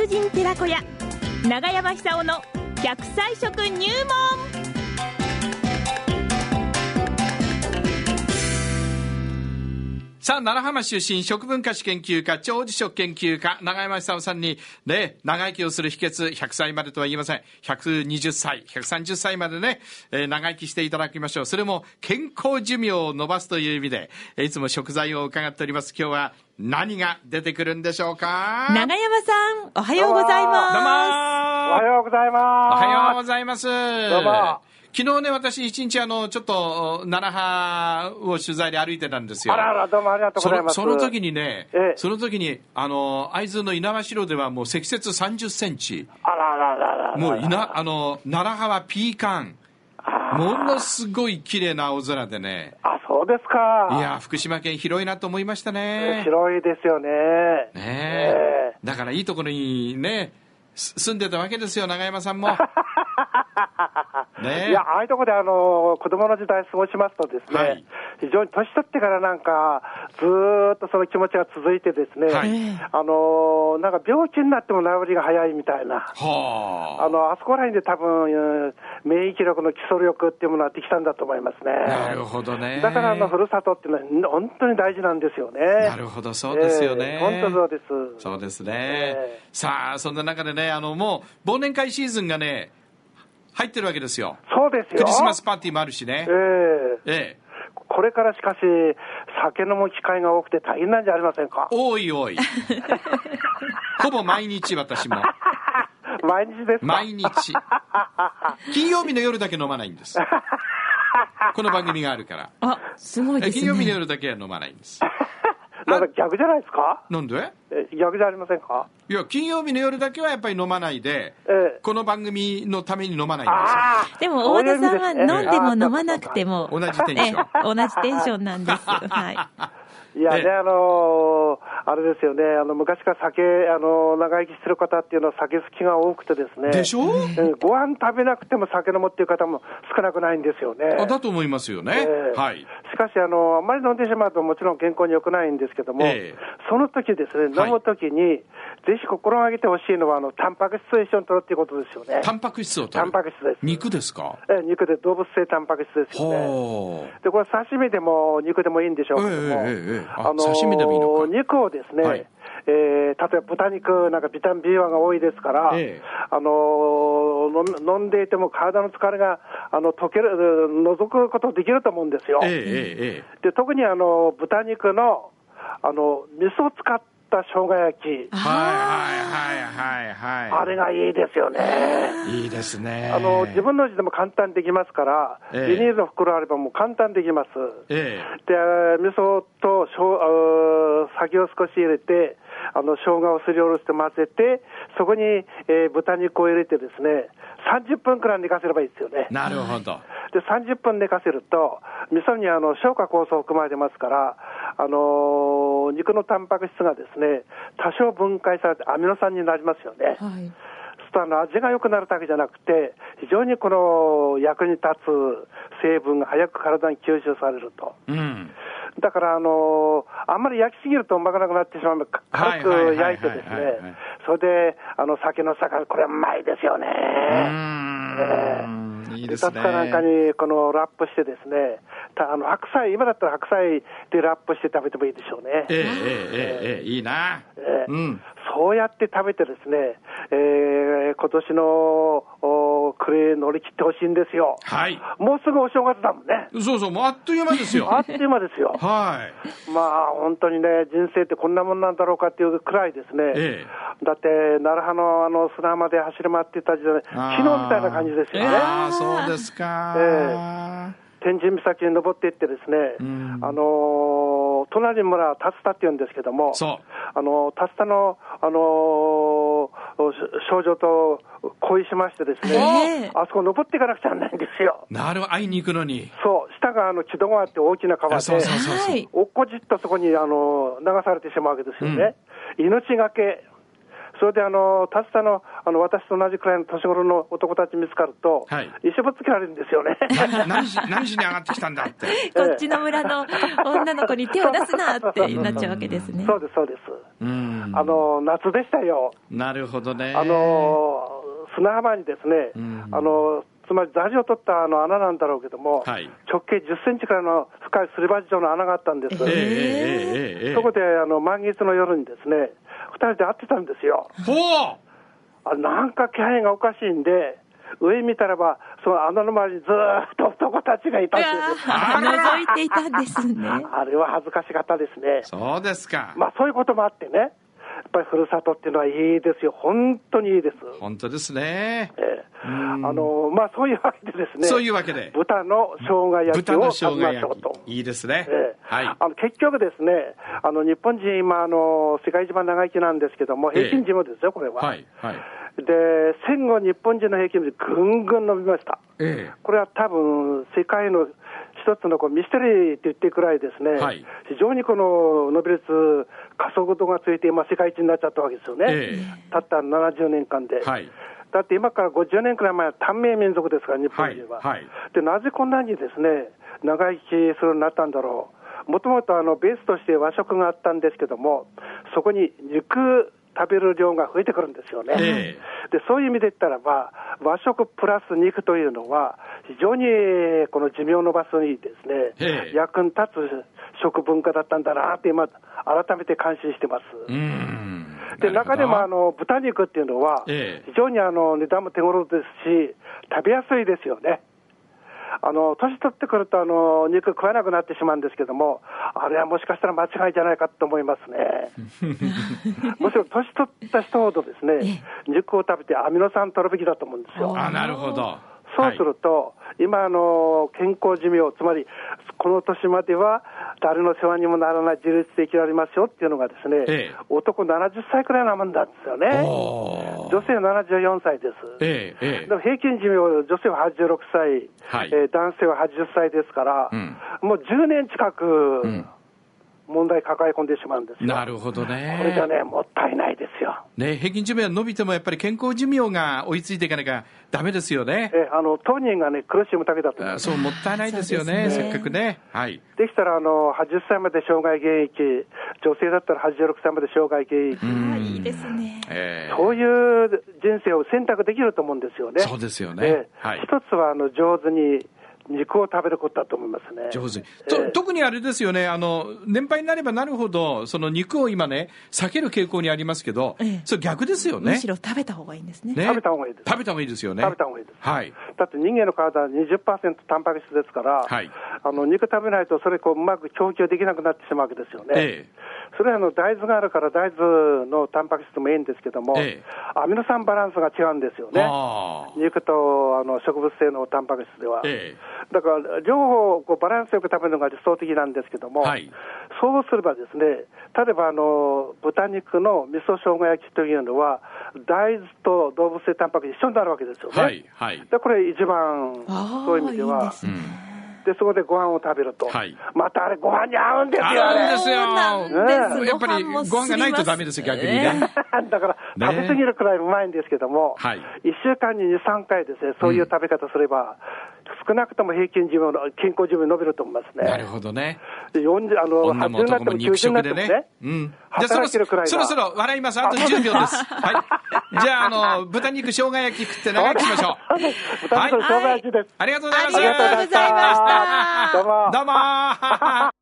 風神寺子屋長山久夫の100歳食入門。 さあ、奈良浜出身食文化史研究家長寿食研究家長山久夫さんにね、長生きをする秘訣、100歳までとは言いません、120歳130歳までね、長生きしていただきましょう。それも健康寿命を伸ばすという意味でいつも食材を伺っております。今日は何が出てくるんでしょうか。 長山さん、おはようございます。 どうもおはようございます。 おはようございます。 どうも。 昨日ね、私一日ちょっと奈良派を取材で歩いてたんですよ。 あらあら、どうもありがとうございます。 その時にね、 その時に会津の猪苗代ではもう積雪30センチ。 あらあらあらあら。 もう奈良派はピーカン。ものすごい綺麗な青空でね。 あ、そうですか。 いや、福島県広いなと思いましたね。 広いですよね。 ねだからいいところにね、住んでたわけですよ、長山さんも。 いや、ああいうところで子供の時代過ごしますとですね、はい、非常に年取ってからなんかずーっとその気持ちが続いてですね、はい、なんか病気になっても治りが早いみたいな、あそこら辺で多分免疫力の基礎力っていうものができたんだと思いますね。 なるほどね。 だからふるさとっていうのは本当に大事なんですよね。 なるほど、そうですよね。 本当そうです。 そうですね。さあ、そんな中でね、もう忘年会シーズンがね入ってるわけですよ。 そうですよ。 クリスマスパーティーもあるしね。 これからしかし酒飲む機会が多くて大変なんじゃありませんか。 多いほぼ毎日、私も毎日ですか。 毎日金曜日の夜だけ飲まないんですこの番組があるから。 あ、すごいですね。 金曜日の夜だけは飲まないんですなんか逆じゃないですか。 なんで？ 逆じゃありませんか。 いや、金曜日の夜だけはやっぱり飲まないで、この番組のために飲まないんですよ。 でも大田さんは飲んでも飲まなくても同じテンション、 同じテンションなんです。はい。 いやね、あれですよね、昔から長生きしてる方っていうのは酒好きが多くてですね。 でしょ？ ご飯食べなくても酒飲むっていう方も少なくないんですよね。 だと思いますよね。はい。 しかしあんまり飲んでしまうともちろん健康に良くないんですけども、その時ですね、飲む時に、ぜひ心がけてほしいのはタンパク質を一緒に取るっていうことですよね。 タンパク質を取る。 タンパク質です。 肉ですか？ 肉で動物性タンパク質ですよね。でこれ刺身でも肉でもいいんでしょうけども、 刺身でもいいのか。 肉をですね、例えば豚肉なんかビタミン B1 が多いですから、飲んでいても体の疲れが除くことできると思うんですよ。で特に豚肉の味噌を使った生姜焼き、あれがいいですよね。 いいですね。 自分の家でも簡単にできますから、ビニールの袋あればもう簡単にできます。で味噌と酒を少し入れて生姜をすりおろして混ぜて、そこに、豚肉を入れてですね、30分くらい寝かせればいいですよね。 なるほど。 で30分寝かせると味噌に消化酵素を含まれてますから、肉のタンパク質がですね多少分解されてアミノ酸になりますよね。味が良くなるだけじゃなくて、非常にこの役に立つ成分が早く体に吸収されると。だからあんまり焼きすぎるとうまくなくなってしまうので、軽く焼いてですね、それで酒の魚、これはうまいですよね。 いいですね。 タツカなんかにこのラップしてですね、白菜、今だったら白菜でラップして食べてもいいでしょうね。 いいな。 そうやって食べてですね、今年の暮れ乗り切ってほしいんですよ。もうすぐお正月だもんね。 そうそう、もうあっという間ですよ。 あっという間ですよ。まあ本当にね、人生ってこんなもんなんだろうかっていうくらいですね。だって奈良派の砂浜で走り回っていた時代、昨日みたいな感じですよね。 そうですか。 天神岬に登っていってですね、隣村は竜田って言うんですけども、竜田の、少女と恋しましてですね、あそこ登っていかなくちゃならないんですよ。 会いに行くのに。 そう、下が木戸川って大きな川で、おっこじっとそこに流されてしまうわけですよね。命がけ。それで竜田の私と同じくらいの年頃の男たち見つかると、石ぶつけられるんですよね。 何しに上がってきたんだって。 こっちの村の女の子に手を出すなってなっちゃうわけですね。 そうですそうです。 夏でしたよ。 なるほどね。 砂浜にですね、つまりザジを取った穴なんだろうけども、はい、直径10センチくらいの深いすり鉢状の穴があったんです。そこで満月の夜にですね、2人で会ってたんですよ。なんか気配がおかしいんで、上見たらば、その穴の周りにずーっと男たちがいたんです。 覗いていたんですね。 あれは恥ずかしかったですね。 そうですか。 まあそういうこともあってね、やっぱりふるさとっていうのはいいですよ。本当にいいです。 本当ですね。 まあそういうわけでですね。 そういうわけで。 豚の生姜焼きを食べましょうと。 いいですね。 はい。結局ですね、日本人今世界一番長生きなんですけども、平均寿命ですよ、これは。はいはい。で、戦後日本人の平均でぐんぐん伸びました。これは多分世界の一つのミステリーって言ってくらいですね、はい、非常にこの伸び率、加速度がついて今世界一になっちゃったわけですよね。たった70年間で。はい、だって今から50年くらい前は短命民族ですから、日本人は。はいはい、で、なぜこんなにですね、長生きするようになったんだろう。もともとベースとして和食があったんですけども、そこに肉食べる量が増えてくるんですよね。で、そういう意味で言ったらば、和食プラス肉というのは、非常にこの寿命を伸ばすにですね、役に立つ食文化だったんだなって今、改めて感心してます。で、中でも豚肉っていうのは、非常に値段も手頃ですし、食べやすいですよね。年取ってくると肉食わなくなってしまうんですけども、あれはもしかしたら間違いじゃないかと思いますね。むしろ年取った人ほどですね、肉を食べてアミノ酸取るべきだと思うんですよ。 なるほど。 そうすると、今健康寿命、つまりこの年までは誰の世話にもならない自立で生きられますよっていうのがですね、男70歳くらいなもんなんですよね。女性は74歳です。でも平均寿命、女性は86歳、男性は80歳ですから、もう10年近く、問題抱え込んでしまうんですよ。 なるほどね。 これじゃね、もったいないですよ。 ね、平均寿命は伸びてもやっぱり健康寿命が追いついていかなきゃダメですよね。 当人がね、苦しむだけだと思います。 そう、もったいないですよね、せっかくね。はい。 できたら80歳まで生涯現役、女性だったら86歳まで生涯現役。 いいですね。 そういう人生を選択できると思うんですよね。 そうですよね。 一つは上手に肉を食べることだと思いますね。 上手に。特にあれですよね、年配になればなるほど、その肉を今ね、避ける傾向にありますけど、それ逆ですよね。 むしろ食べた方がいいんですね。 食べた方がいいです。 食べた方がいいですよね。 食べた方がいいです。 はい。 だって人間の体は 20% タンパク質ですから、はい、肉食べないとそれうまく供給できなくなってしまうわけですよね。それは大豆があるから大豆のタンパク質もいいんですけども、アミノ酸バランスが違うんですよね。肉と植物性のタンパク質では。だから両方バランスよく食べるのが理想的なんですけども、そうすればですね、例えば豚肉の味噌生姜焼きというのは大豆と動物性タンパク質一緒になるわけですよね。でこれ一番そういう意味では。いいですね。でそこでご飯を食べると、またあれご飯に合うんですよね。 合うんですよ。やっぱりご飯がないとダメですよ、逆にね。 だから食べ過ぎるくらいうまいんですけども、1週間に 2,3 回ですね、そういう食べ方すれば、少なくとも平均寿命の健康寿命伸びると思いますね。 なるほどね。 80になっても90になってもね。 じゃあそろそろ笑います。あと10秒です。はい。じゃあ豚肉生姜焼き食って長生きしましょう。 豚肉生姜焼きです。 ありがとうございます。 ありがとうございました。 どうも。 どうも。